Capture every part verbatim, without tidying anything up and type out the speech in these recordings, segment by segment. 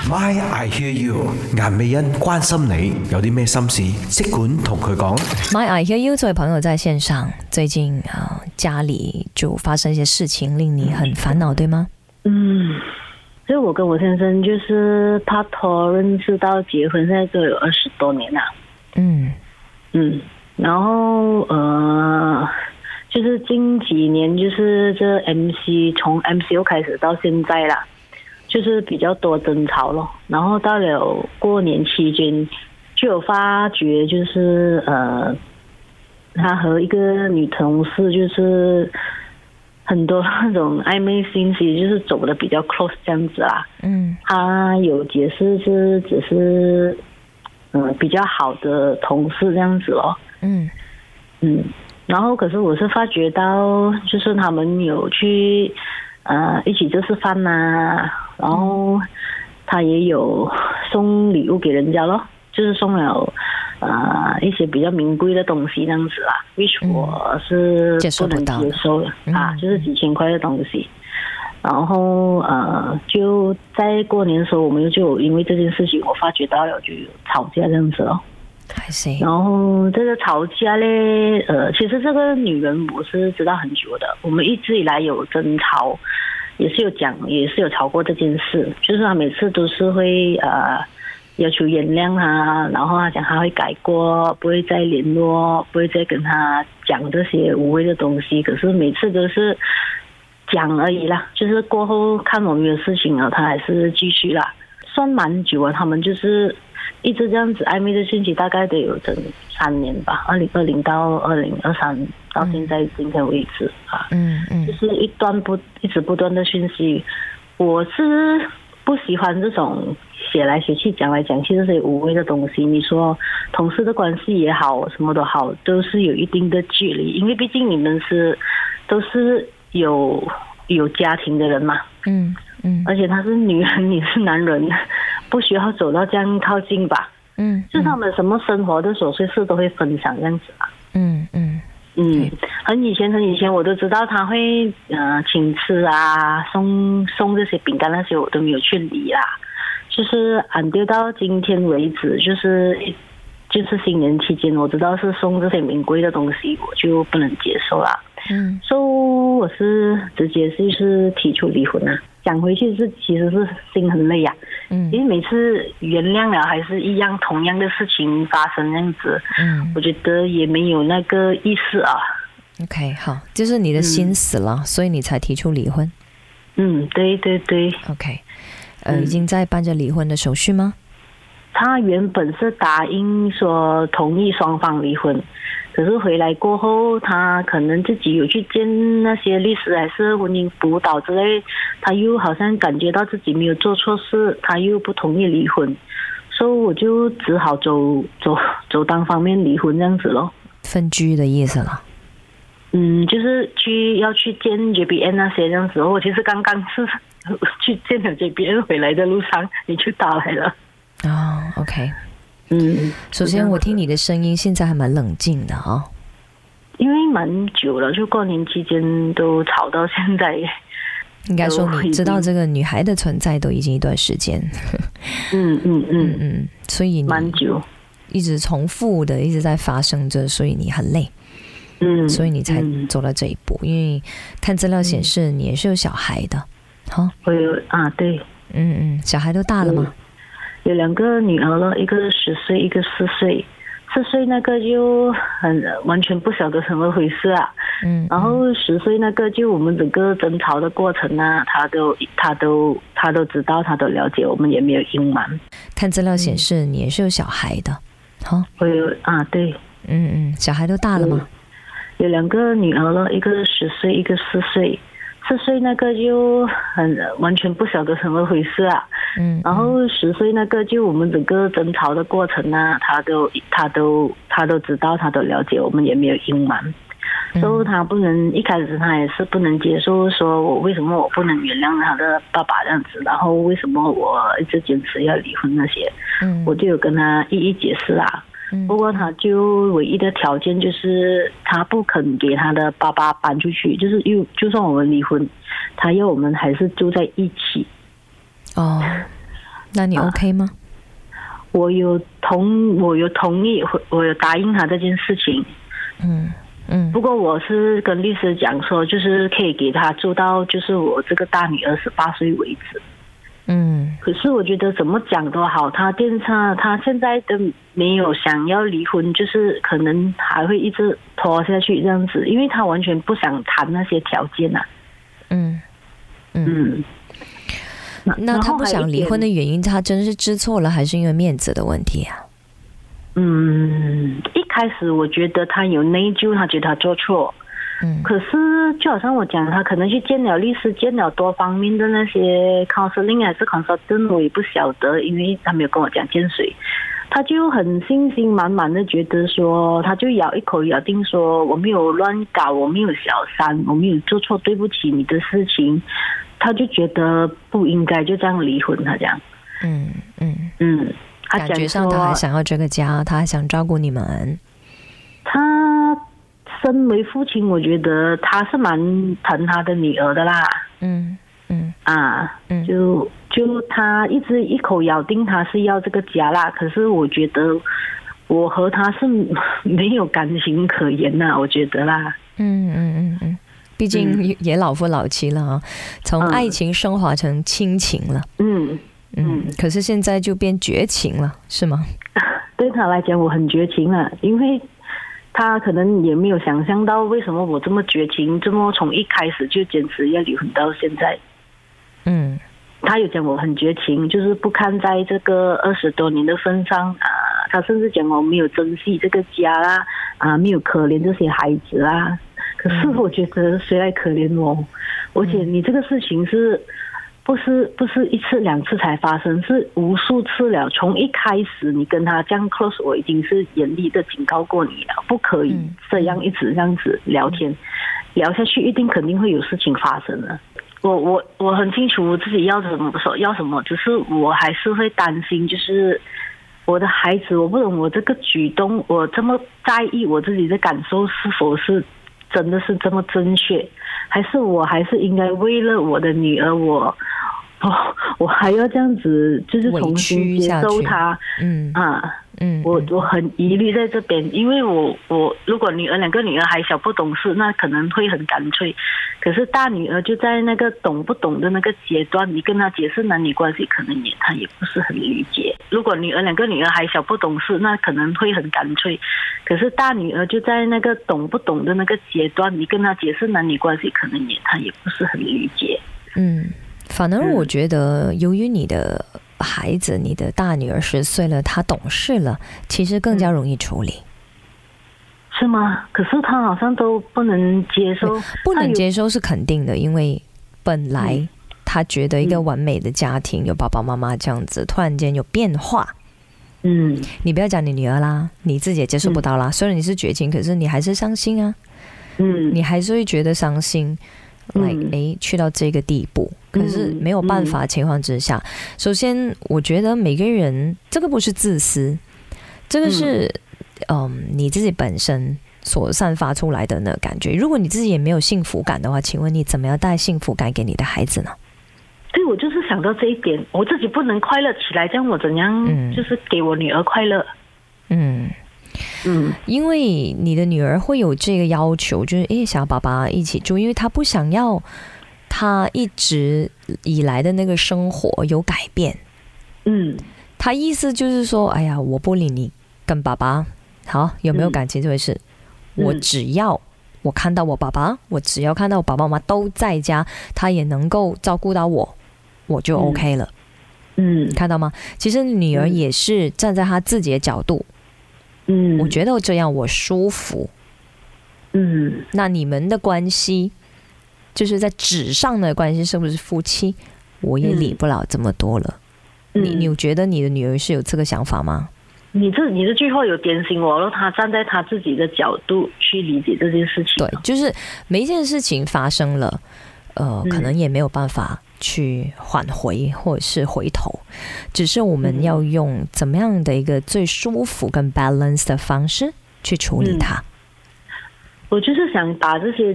My I hear you， 顏美欣關心你有啲咩心事，即管同佢講。 My I hear you， 这位朋友在线上，最近啊、呃、家里就发生一些事情，令你很烦恼，对吗？ 嗯，就我跟我先生就是拍拖认识到结婚，现在都有二十多年了。 嗯嗯，然后呃，就是近几年就是这 M C 从 M C O 开始到现在啦。就是比较多争吵咯，然后到了过年期间就有发觉，就是呃，他和一个女同事就是很多那种暧昧信息，就是走的比较 close 这样子啦。 嗯， 他有解释是只是嗯、呃、比较好的同事这样子咯。 嗯嗯，然后可是我是发觉到，就是他们有去。呃，一起吃饭呐、啊，然后他也有送礼物给人家咯，就是送了呃一些比较名贵的东西这样子啦 ，which 我是不能接受的、嗯、啊，就是几千块的东西。然后呃，就在过年的时候，我们就因为这件事情，我发觉到了就有吵架这样子咯。然后这个吵架嘞，呃，其实这个女人我是知道很久的，我们一直以来有争吵，也是有讲，也是有吵过这件事。就是她每次都是会呃要求原谅她，然后她讲她会改过，不会再联络，不会再跟她讲这些无谓的东西。可是每次都是讲而已啦，就是过后看我们有事情了，她还是继续啦，算蛮久啊。他们就是。一直这样子暧昧的讯息，大概得有整三年吧，二零二零到二零二三到现在今天为止啊， 嗯嗯， 就是一段不一直不断的讯息。我是不喜欢这种写来写去、讲来讲去这些无谓的东西。你说同事的关系也好，什么都好，都是有一定的距离，因为毕竟你们是都是有有家庭的人嘛， 嗯嗯， 而且他是女人，你是男人。不需要走到这样靠近吧， 嗯， 就是他们什么生活的琐碎事都会分享这样子吧， 嗯嗯嗯，很以前很以前我都知道他会呃请吃啊，送送这些饼干那些我都没有去理啦，就是按丢到今天为止，就是就是新年期间我知道是送这些名贵的东西，我就不能接受啦， 嗯， 所以我是直接就是提出离婚啊。讲回去是其实是心很累啊，嗯，因为每次原谅了还是一样同样的事情发生这样子，嗯，我觉得也没有那个意思啊。 OK， 好，就是你的心死了，嗯、所以你才提出离婚。 嗯，对对对。 OK， 呃、嗯，已经在办着离婚的手续吗？ 他原本是答应说同意双方离婚。可是回来过后，他可能自己有去见那些律师还是婚姻辅导之类，他又好像感觉到自己没有做错事，他又不同意离婚，所以我就只好走走走单方面离婚这样子咯。 分居的意思了。 嗯，就是去要去见 J B N 那些这样子。我其实刚刚是去见了 J B N 回来的路上，你就打来了。 哦 ，OK。 嗯， 首先我听你的声音现在还蛮冷静的啊、哦， 因为蛮久了，就过年期间都吵到现在。 应该说你知道这个女孩的存在都已经一段时间。 嗯嗯嗯嗯，所以蛮久， 一直重复的一直在发生着，所以你很累。 嗯， 所以你才走到这一步。嗯、因为看资料显示你也是有小孩的，好、嗯， 我有啊，对， 嗯嗯，小孩都大了吗？ 有两个女儿了，一个十岁，一个四岁。四岁那个就很完全不晓得什么回事啊，嗯，然后十岁那个就我们整个争吵的过程啊，他都他都他都知道，他都了解，我们也没有隐瞒。 看资料显示你也是有小孩的，好、嗯， 我有啊，对， 嗯嗯，小孩都大了吗？ 有两个女儿了，一个十岁，一个四岁。四岁那个就很完全不晓得什么回事啊，嗯，然后十岁那个就我们整个争吵的过程啊，他都他都他都知道，他都了解，我们也没有隐瞒，嗯、所以他不能一开始他也是不能接受，说我为什么我不能原谅他的爸爸这样子，然后为什么我一直坚持要离婚那些，嗯，我就有跟他一一解释啊。不过他就唯一的条件就是他不肯给他的爸爸搬出去，就是又就算我们离婚，他要我们还是住在一起。 哦， 那你 OK 吗？ 我有同我有同意，我有答应他这件事情。 嗯嗯。 不过我是跟律师讲说，就是可以给他住到就是我这个大女儿十八岁为止。 嗯。 可是我觉得怎么讲都好，他电话他现在都没有想要离婚，就是可能还会一直拖下去这样子，因为他完全不想谈那些条件啊。 嗯嗯。 嗯， 那他不想离婚的原因，他真是知错了，还是因为面子的问题啊？ 嗯，一开始我觉得他有内疚，他觉得他做错。 嗯， 可是就好像我讲，他可能去见了律师，见了多方面的那些 counseling 还是 consultant， 我也不晓得，因为他没有跟我讲见谁。他就很信心满满的觉得说，他就咬一口咬定说，我没有乱搞，我没有小三，我没有做错对不起你的事情。他就觉得不应该就这样离婚，他讲。 嗯嗯嗯，他感觉上他还想要这个家，他还想照顾你们。 他身为父亲，我觉得他是蛮疼他的女儿的啦。嗯嗯啊，嗯，就就他一直一口咬定他是要这个家啦。可是我觉得我和他是没有感情可言呐，我觉得啦。嗯嗯嗯嗯。 毕竟也老夫老妻了啊，从爱情升华成亲情了。嗯嗯，可是现在就变绝情了，是吗？ 对他来讲，我很绝情啊，因为他可能也没有想象到为什么我这么绝情，这么从一开始就坚持要离婚到现在。嗯，他有讲我很绝情，就是不看在这个二十多年的份上啊，他甚至讲我没有珍惜这个家啦，啊，没有可怜这些孩子啦。可是我觉得谁来可怜我？而且你这个事情是不是不是一次两次才发生，是无数次了。从一开始你跟他这样 close， 我已经是严厉的警告过你了，不可以这样一直这样子聊天，聊下去一定肯定会有事情发生的。我我我很清楚我自己要什么说要什么，只是我还是会担心，就是我的孩子，我不懂我这个举动，我这么在意我自己的感受是否是真的是这么正确，还是我还是应该为了我的女儿，我我我还要这样子，就是重新接受她。嗯啊嗯，我我很疑虑在这边，因为我我如果女儿两个女儿还小不懂事，那可能会很干脆。可是大女儿就在那个懂不懂的那个阶段，你跟她解释男女关系，可能也她也不是很理解。如果女儿两个女儿还小不懂事，那可能会很干脆。可是大女儿就在那个懂不懂的那个阶段，你跟她解释男女关系，可能也她也不是很理解。 嗯，反而我觉得，由于你的孩子，你的大女儿十岁了，她懂事了，其实更加容易处理。 是吗？可是她好像都不能接受。 不能接受是肯定的，因为本来她觉得一个完美的家庭，有爸爸妈妈这样子，突然间有变化。嗯，你不要讲你女儿啦，你自己也接受不到啦。嗯、虽然你是绝情，可是你还是伤心啊。嗯，你还是会觉得伤心。like 哎，去到这个地步，可是没有办法情况之下，首先我觉得每个人这个不是自私，这个是嗯你自己本身所散发出来的那个感觉。如果你自己也没有幸福感的话，请问你怎么样带幸福感给你的孩子呢？ 对，我就是想到这一点，我自己不能快乐起来，这样我怎样就是给我女儿快乐？嗯。 嗯，因为你的女儿会有这个要求，就是诶，想要爸爸一起住，因为她不想要她一直以来的那个生活有改变。嗯，她意思就是说，哎呀，我不理你跟爸爸好有没有感情这回事，嗯、我只要我看到我爸爸，我只要看到我爸爸妈妈都在家，他也能够照顾到我，我就 OK 了。嗯，看到吗？其实女儿也是站在她自己的角度。嗯，我觉得这样我舒服。嗯，那你们的关系，就是在纸上的关系是不是夫妻？我也理不了这么多了。嗯、你你觉得你的女儿是有这个想法吗？ 你这你这句话有点醒我了，她站在她自己的角度去理解这件事情。 对，就是每一件事情发生了，呃，可能也没有办法去挽回或者是回头，只是我们要用怎么样的一个最舒服跟 balance 的方式去处理它。 嗯、我就是想把这些就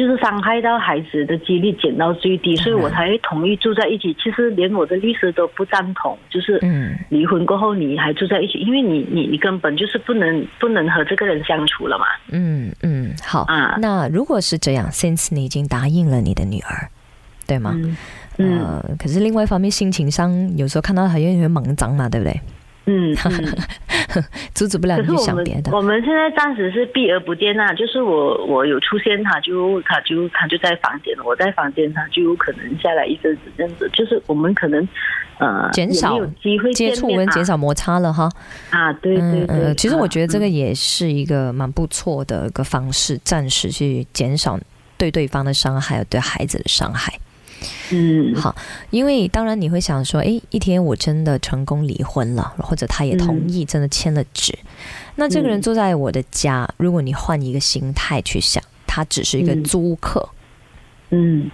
就是伤害到孩子的几率减到最低，所以我才会同意住在一起。其实连我的律师都不赞同，就是离婚过后你还住在一起，因为你你你根本就是不能不能和这个人相处了嘛。 嗯嗯，好啊。那如果是这样 ，since 你已经答应了你的女儿，对吗？嗯。嗯呃，可是另外一方面，心情上有时候看到他有点莽张嘛，对不对？嗯，嗯阻止不了你去想别的。 我们现在暂时是避而不见啊，就是我我有出现，他就他就他就在房间，我在房间，他就可能下来一阵子这样子，就是我们可能呃减少有机会接触跟减少摩擦了哈。 啊，对对对、嗯呃。其实我觉得这个也是一个蛮不错的一个方式，暂时去减少对对方的伤害，有对孩子的伤害。嗯，好，因为当然你会想说，哎，一天我真的成功离婚了，或者他也同意，真的签了纸，嗯、那这个人住在我的家，如果你换一个心态去想，他只是一个租客，嗯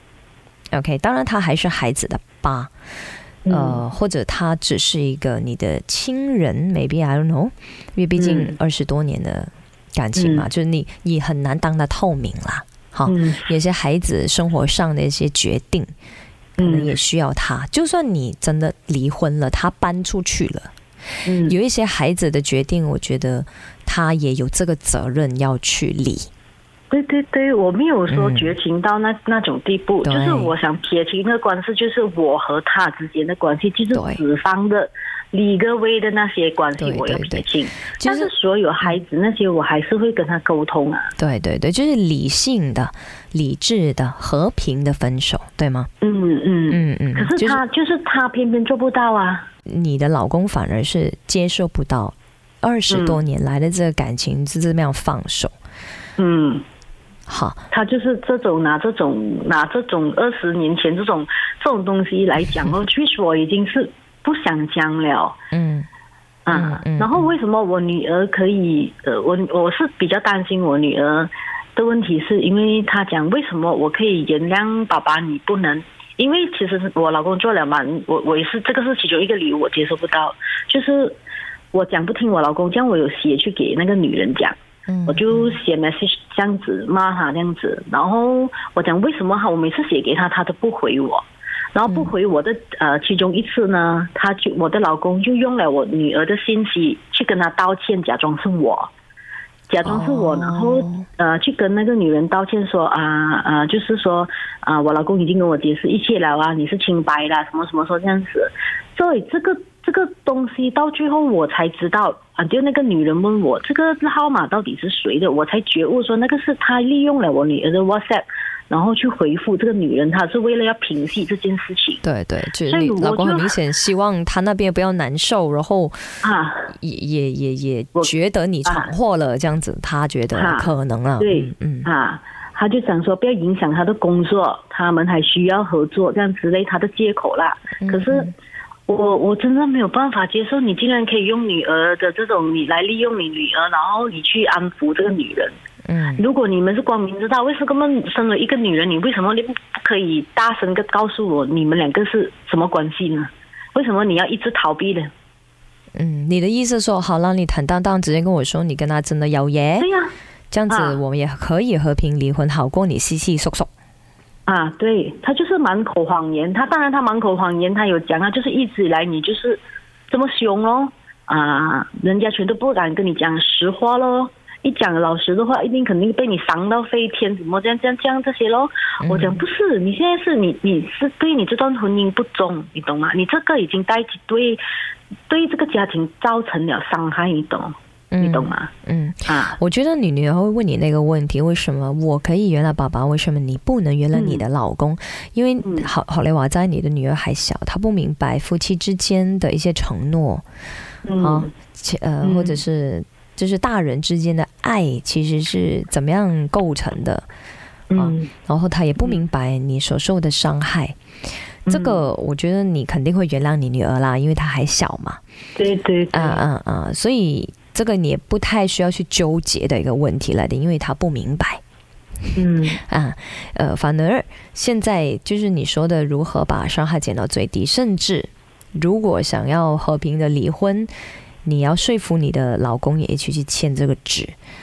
，OK， 当然他还是孩子的爸，嗯、呃，或者他只是一个你的亲人 ，maybe I don't know， 因为毕竟二十多年的感情嘛，嗯、就是你你很难当他透明啦。好，有些孩子生活上的一些决定，可能也需要他。就算你真的离婚了，他搬出去了，嗯，有一些孩子的决定，我觉得他也有这个责任要去理。 对对对，我没有说绝情到那、嗯、那种地步，就是我想撇清的关系，就是我和他之间的关系，就是子方的理个位的那些关系，我要撇清。但是所有孩子那些，我还是会跟他沟通啊。 对对对，就是理性的、理智的、和平的分手，对吗？嗯嗯嗯嗯。可是他、就是、就是他偏偏做不到啊。 你的老公反而是接受不到二十多年来的这个感情是这么样放手。嗯。好， 他就是这种拿这种拿这种二十年前这种这种东西来讲哦，其实我已经是不想讲了。嗯啊，嗯嗯、然后为什么我女儿可以？呃，我我是比较担心我女儿的问题，是因为她讲为什么我可以原谅爸爸，你不能？因为其实我老公做了蛮，我我也是这个是其中一个理由，我接受不到，就是我讲不听我老公，这样我有写去给那个女人讲。我就写 message 这样子骂他这样子，然后我讲为什么哈，我每次写给他他都不回我，然后不回我的呃其中一次呢，他就我的老公就用了我女儿的信息去跟他道歉，假装是我，假装是我，然后呃去跟那个女人道歉说啊呃就是说啊、呃、我老公已经跟我解释一切了啊，你是清白啦，什么什么说这样子，所以这个。这个东西到最后我才知道啊，就那个女人问我这个号码到底是谁的，我才觉悟说那个是他利用了我女儿的 WhatsApp， 然后去回复这个女人，她是为了要平息这件事情。 对对，就是你老公很明显希望他那边不要难受，然后啊，也也也也觉得你闯祸了这样子，他觉得可能啊， 对，嗯啊。他就想说不要影响他的工作，他们还需要合作这样之类他的借口啦。可是我我真的没有办法接受你竟然可以用女儿的这种你来利用你女儿，然后你去安抚这个女人。嗯，如果你们是光明知道，为什么身为一个女人，你为什么你不可以大声的告诉我你们两个是什么关系呢？为什么你要一直逃避呢？ 嗯，你的意思说好让你坦荡荡直接跟我说你跟他真的有嘢， 对呀、啊， 这样子我们也可以和平离婚，好过你稀稀疏疏。 啊，对，他就是满口谎言。他当然，他满口谎言，他有讲啊，就是一直以来你就是这么凶咯，啊，人家全都不敢跟你讲实话咯。一讲老实的话，一定肯定被你伤到飞天，什么这样这样这样这些咯。嗯、我讲不是，你现在是你你是对你这段婚姻不忠，你懂吗？你这个已经带起对对这个家庭造成了伤害，你懂？你懂吗？ 嗯啊，我觉得你女儿会问你那个问题，为什么我可以原谅爸爸，为什么你不能原谅你的老公？嗯、因为好好来话在你的女儿还小，她不明白夫妻之间的一些承诺，嗯、啊，呃，或者是就是大人之间的爱其实是怎么样构成的啊？嗯、然后她也不明白你所受的伤害。这个我觉得你肯定会原谅你女儿啦，因为她还小嘛。 对对对， 啊啊啊！所以这个你也不太需要去纠结的一个问题来的，因为她不明白。嗯啊呃，反而现在就是你说的如何把伤害减到最低，甚至如果想要和平的离婚，你要说服你的老公也一起去签这个纸。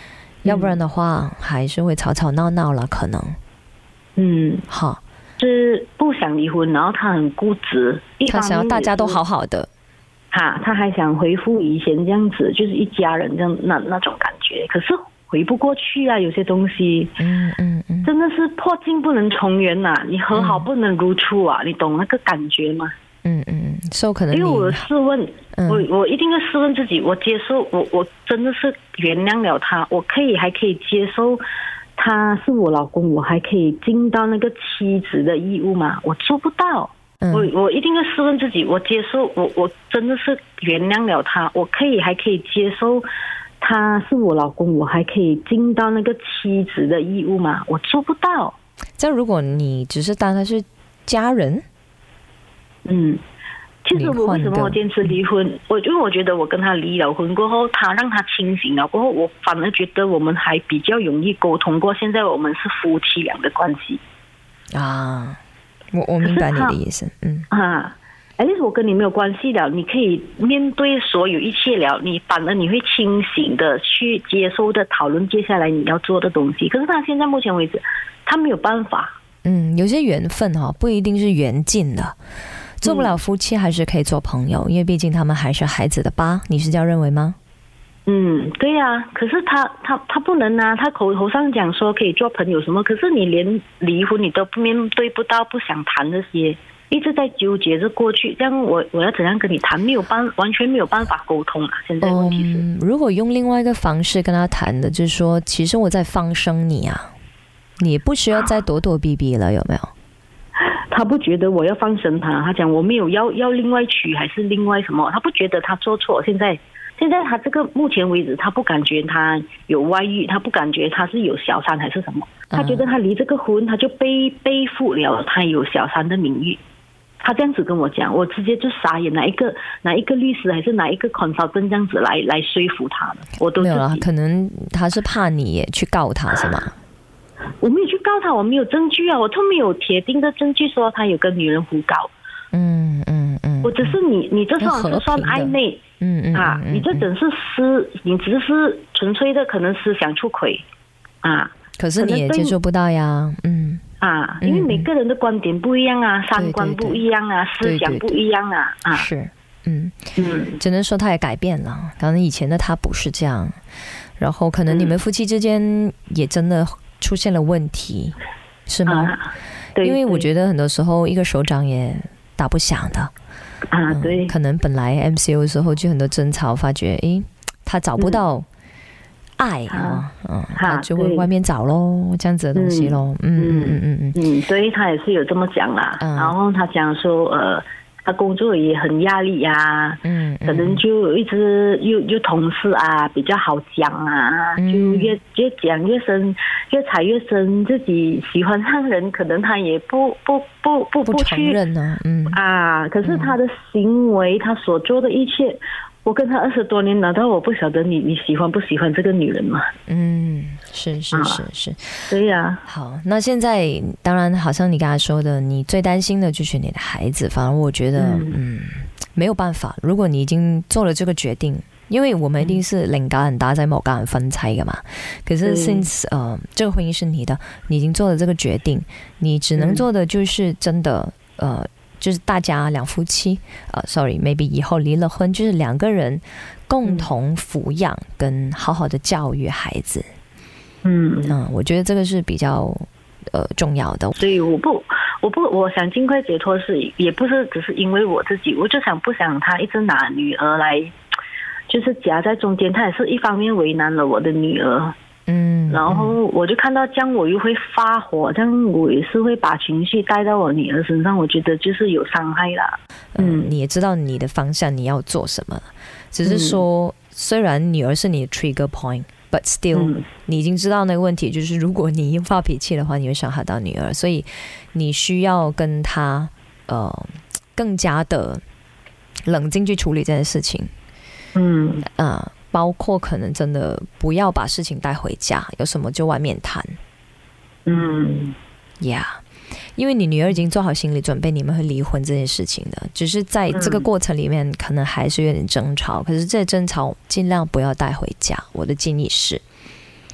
要不然的话还是会吵吵闹闹了，可能。 嗯， 好， 是不想离婚，然后他很固执， 他想要大家都好好的。 哈，他还想恢复以前这样子，就是一家人这样那那种感觉，可是回不过去啊，有些东西， 嗯嗯嗯， 真的是破镜不能重圆呐、啊，你和好不能如初啊，嗯、你懂那个感觉吗？ 嗯嗯，所以可能因为我试问，嗯、我我一定要试问自己，我接受我我真的是原谅了他，我可以还可以接受他是我老公，我还可以尽到那个妻子的义务吗？我做不到。嗯、我我一定要试问自己，我接受我我真的是原谅了他，我可以还可以接受他是我老公，我还可以尽到那个妻子的义务吗？我做不到。 这样如果你只是当他是家人， 嗯，其实我为什么我坚持离婚？我因为我觉得我跟他离了婚过后，他让他清醒了过后，我反而觉得我们还比较容易沟通过。现在我们是夫妻俩的关系啊。我我明白你的意思，嗯啊，at least我跟你没有关系了，你可以面对所有一切了，你反而你会清醒的去接受的讨论接下来你要做的东西。可是他现在目前为止，他没有办法。 嗯，有些缘分哈、哦，不一定是缘尽的，做不了夫妻还是可以做朋友，嗯、因为毕竟他们还是孩子的爸，你是这样认为吗？ 嗯，对呀、啊，可是他他他不能啊，他口头上讲说可以做朋友什么，可是你连离婚你都面对不到，不想谈这些，一直在纠结着过去，这样我我要怎样跟你谈？没有办，完全没有办法沟通啊！现在问题是， 嗯、如果用另外一个方式跟他谈的，就是说，其实我在放生你啊，你不需要再躲躲避避了，有没有？ 他不觉得我要放生他，他讲我没有要要另外娶还是另外什么，他不觉得他做错，现在。现在他这个目前为止，他不感觉他有外遇，他不感觉他是有小三还是什么，他觉得他离这个婚，他就背背负了他有小三的名誉。他这样子跟我讲，我直接就傻眼，哪一个哪一个律师还是哪一个 consultant 这样子来来说服他的，我都没有了。可能他是怕你去告他是吗？ 我没有去告他，我没有证据啊，我都没有铁定的证据说他有跟女人胡搞。 嗯嗯嗯， 我只是你你这算是算暧昧。 嗯嗯啊，你这只是思，你只是纯粹的可能思想出轨，啊， 可是你也接受不到呀，嗯啊，因为每个人的观点不一样啊，三观不一样啊，思想不一样啊，啊， 是，嗯嗯，只能说他也改变了，可能以前的他不是这样，然后可能你们夫妻之间也真的出现了问题，是吗？对，因为我觉得很多时候一个手掌也打不响的。 啊，对、 嗯，可能本来 M C O 的时候就很多争吵，发觉诶，他找不到爱啊，嗯，他就会外面找咯，这样子的东西咯，嗯嗯嗯嗯嗯， 嗯，对他也是有这么讲啦，嗯、然后他讲说，呃，他工作也很压力啊，嗯，可能就一直又又同事啊比较好讲啊，嗯、就越越讲越深，越踩越深，自己喜欢上人，可能他也不不不不不承认呢、啊，嗯啊，可是他的行为，嗯、他所做的一切，我跟他二十多年，难道我不晓得你你喜欢不喜欢这个女人吗？ 嗯，是是是是， 啊、对呀、啊。 好，那现在当然，好像你刚才说的，你最担心的就是你的孩子。反而我觉得，嗯，嗯没有办法。如果你已经做了这个决定，因为我們一定是零家人打仔冇家人分妻噶嘛。可是 since 呃這個婚姻是你的，你已經做了這個決定，你只能做的就是真的呃就是大家兩夫妻呃 sorry maybe 以後離了婚，就是兩個人共同撫養跟好好的教育孩子。嗯嗯，我覺得這個是比較呃重要的。 所以我不我不我想盡快解脫，是也不是只是因為我自己，我就想不想他一直拿女兒來就是夾在中間，他也是一方面為難了我的女兒。嗯，然後我就看到這樣我又會發火，這樣我也是會把情緒帶到我女兒身上，我覺得就是有傷害啦。 嗯，你也知道你的方向你要做什麼，只是說、嗯、雖然女兒是你的 trigger point but still、嗯、你已經知道那個問題，就是如果你發脾氣的話你會傷害到女兒，所以你需要跟她呃更加的冷靜去處理這件事情。嗯啊、呃，包括可能真的不要把事情帶回家，有什麼就外面談。嗯呀、yeah ，因為你女兒已經做好心理準備，你們會離婚這件事情的，只是在這個過程裡面可能還是有點爭吵，可是這爭吵盡量不要帶回家。我的建議是，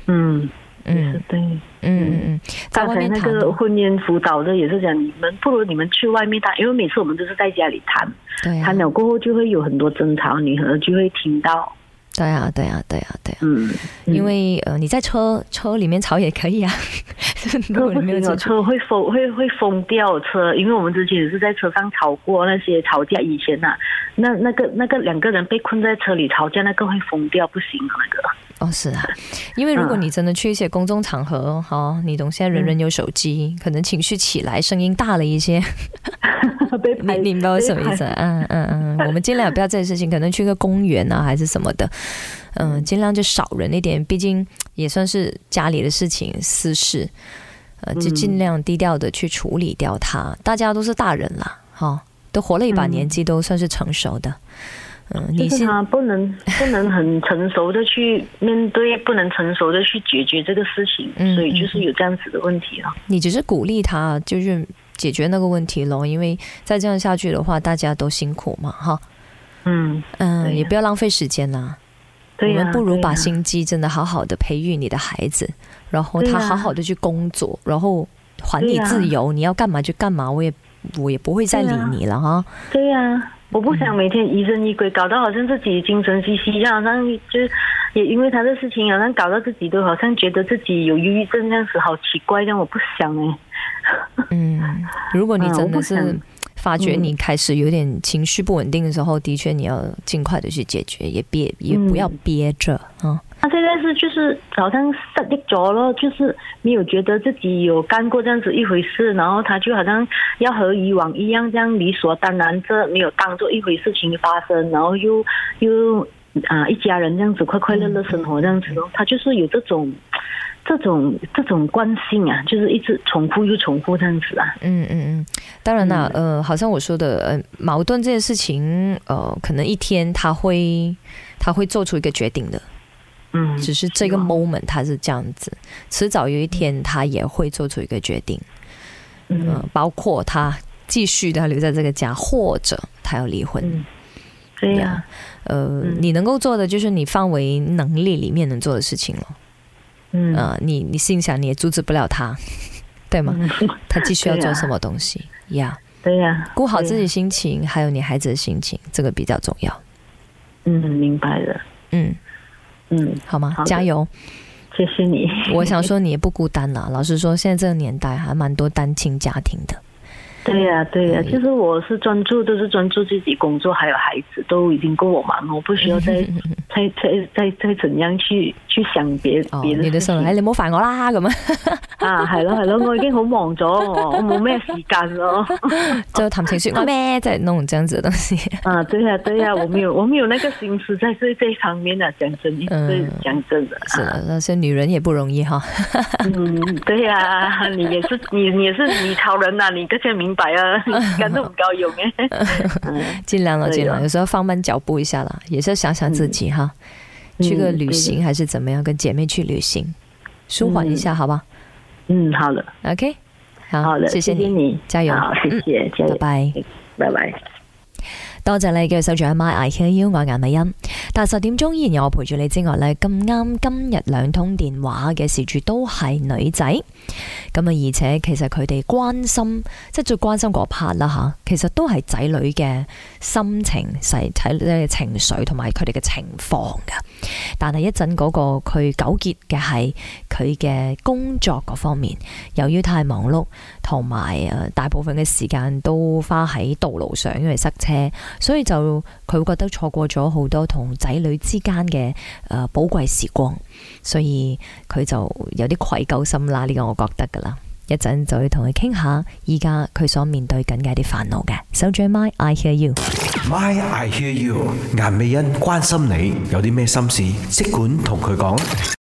嗯嗯，对， 嗯嗯嗯，在外面那个婚姻辅导的也是讲，你们不如你们去外面谈，因为每次我们都是在家里谈， 对、啊， 谈了过后就会有很多争吵，女儿就会听到。 对啊，对啊，对啊，对啊， 嗯， 因为呃你在车车里面吵也可以啊， 如果你没有车会疯会会疯掉车，因为我们之前也是在车上吵过那些吵架，以前呐、啊，那那个那个两个人被困在车里吵架，那个会疯掉，不行啊那个。 哦，是啊，因为如果你真的去一些公众场合，哈、哦，你懂，现在人人有手机，嗯、可能情绪起来，声音大了一些，你你明白我什么意思？嗯嗯嗯，我们尽量不要这些事情，可能去个公园啊，还是什么的，嗯，尽量就少人一点，毕竟也算是家里的事情，私事，呃，就尽量低调的去处理掉它。大家都是大人啦，哈、哦，都活了一把年纪，都算是成熟的。嗯，你就是他不能不能很成熟的去面对，不能成熟的去解决这个事情，嗯、所以就是有这样子的问题了。 你只是鼓励他，就是解决那个问题咯，因为再这样下去的话，大家都辛苦嘛，哈。嗯嗯、呃，也不要浪费时间啦。对、啊、我们不如把心机真的好好的培育你的孩子，然后他好好的去工作，然后还你自由，你要干嘛就干嘛，我也我也不会再理你了哈。 对呀、啊。我不想每天疑神疑鬼，搞到好像自己精神兮兮，好像就也因为他的事情，好像搞到自己都好像觉得自己有忧郁症这样子，好奇怪，这样我不想哎。 嗯，如果你真的是发觉你开始有点情绪不稳定的时候，的确你要尽快的去解决，也憋也不要憋着啊。 他现在是就是好像失忆咗咯，就是没有觉得自己有干过这样子一回事，然后他就好像要和以往一样这样理所当然，这没有当做一回事情发生，然后又又啊一家人这样子快快乐乐生活这样子咯，他就是有这种这种这种惯性啊，就是一直重复又重复这样子啊。 嗯嗯嗯，当然啦，呃，好像我说的，呃，矛盾这件事情，呃，可能一天他会他会做出一个决定的。嗯，只是这个 moment 他是这样子，迟早有一天他也会做出一个决定，嗯、呃，包括他继续的留在这个家，或者他要离婚。嗯、 对呀、啊， 呃、嗯，你能够做的就是你范围能力里面能做的事情了。嗯，呃，你你心想你也阻止不了他，对吗？嗯、他继续要做什么东西呀？ 对呀， 顾好自己心情，还有你孩子的心情，这个比较重要。 嗯，明白了。嗯。 嗯，好吗？加油！ 谢谢你。 我想说你也不孤单啦。老实说，现在这个年代还蛮多单亲家庭的。 对呀、啊，对呀、啊。其实我是专注，都是专注自己工作，还有孩子都已经够我忙了，我不需要再再再再再怎樣去去想別別、哦、的事情。 你都想，哎，你唔好煩我啦咁啊，係咯係咯，我已經好忙咗，我冇咩時間咯。 就談情說愛咩，在弄這樣子的東西。 啊，對呀、啊、對呀、啊，我沒有我沒有那個心思在這這方面啊，講真，嗯，講真的。 是的，那些女人也不容易哈。 嗯，對呀、啊，你也是你你也是女超人呐、啊，你更加明白啊，感都唔夠用誒。 盡量了，盡量，有時候放慢腳步一下啦，也是要想想自己哈。嗯、去個旅行還是怎麼樣，跟姐妹去旅行，舒緩一下，嗯、好吧？ 嗯，好了 ，OK， 好， 好了， 謝謝你， 謝謝你加油， 好，謝謝，加油， 拜拜， 拜拜。 多謝你嘅手住 My I Hear You， 我係顏美欣。但係十點鐘依然有我陪住你之外呢，咁啱今日兩通電話嘅事主都係女仔，咁啊而且其實佢哋關心，即係最關心嗰 part 啦吓，其實都係仔女嘅心情、細睇嘅情緒同埋佢哋嘅情況噶。但係一陣嗰個佢糾結嘅係佢嘅工作嗰方面，由於太忙碌，同埋誒大部分嘅時間都花喺道路上，因為塞車。所以就佢會覺得錯過咗好多同仔女之間嘅誒寶貴時光，所以佢就有啲愧疚心啦。呢個我覺得噶啦，一陣就會同佢傾下，依家佢所面對緊嘅啲煩惱嘅。手掌 My I Hear You，My I Hear You，顏美欣關心你有啲咩心事，即管同佢講。